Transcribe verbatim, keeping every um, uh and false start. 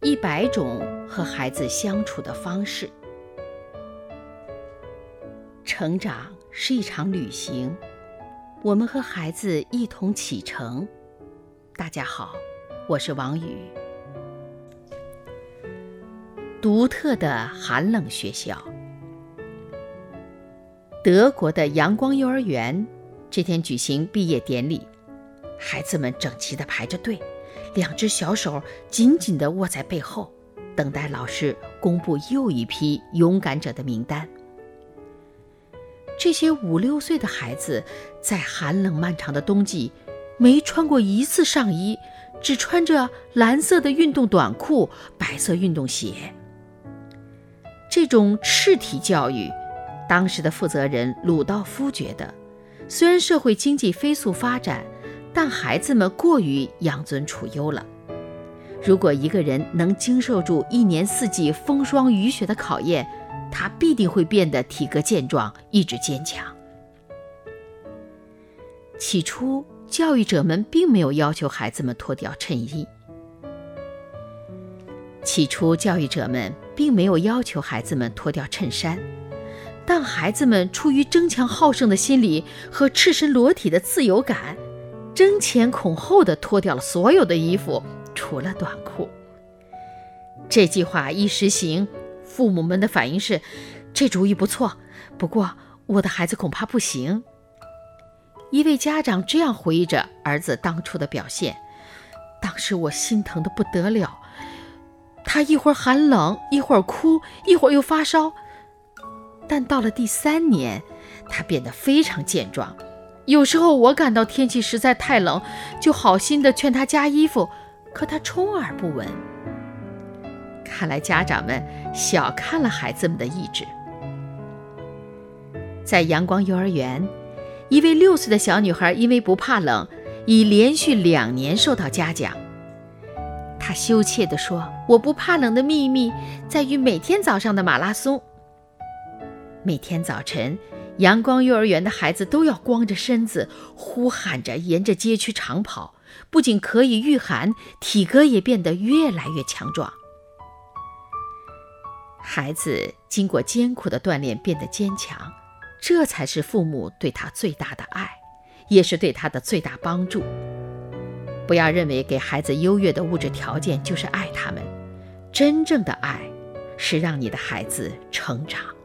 一百种和孩子相处的方式。成长是一场旅行，我们和孩子一同启程。大家好，我是王宇。独特的寒冷学校。德国的阳光幼儿园这天举行毕业典礼，孩子们整齐地排着队，两只小手紧紧地握在背后，等待老师公布又一批勇敢者的名单。这些五六岁的孩子在寒冷漫长的冬季没穿过一次上衣，只穿着蓝色的运动短裤、白色运动鞋。这种赤体教育，当时的负责人鲁道夫觉得，虽然社会经济飞速发展，但孩子们过于养尊处优了。如果一个人能经受住一年四季风霜雨雪的考验，他必定会变得体格健壮，意志坚强。起初，教育者们并没有要求孩子们脱掉衬衣。起初，教育者们并没有要求孩子们脱掉衬衫，但孩子们出于争强好胜的心理和赤身裸体的自由感，争前恐后地脱掉了所有的衣服，除了短裤。这计划一实行，父母们的反应是，这主意不错，不过我的孩子恐怕不行。一位家长这样回忆着儿子当初的表现：当时我心疼得不得了，他一会儿寒冷，一会儿哭，一会儿又发烧。但到了第三年，他变得非常健壮。有时候我感到天气实在太冷，就好心地劝他加衣服，可他充耳不闻。看来家长们小看了孩子们的意志。在阳光幼儿园，一位六岁的小女孩因为不怕冷，已连续两年受到嘉奖。她羞怯地说，我不怕冷的秘密在于每天早上的马拉松。每天早晨，阳光幼儿园的孩子都要光着身子，呼喊着沿着街区长跑，不仅可以御寒，体格也变得越来越强壮。孩子经过艰苦的锻炼变得坚强，这才是父母对他最大的爱，也是对他的最大帮助。不要认为给孩子优越的物质条件就是爱他们，真正的爱是让你的孩子成长。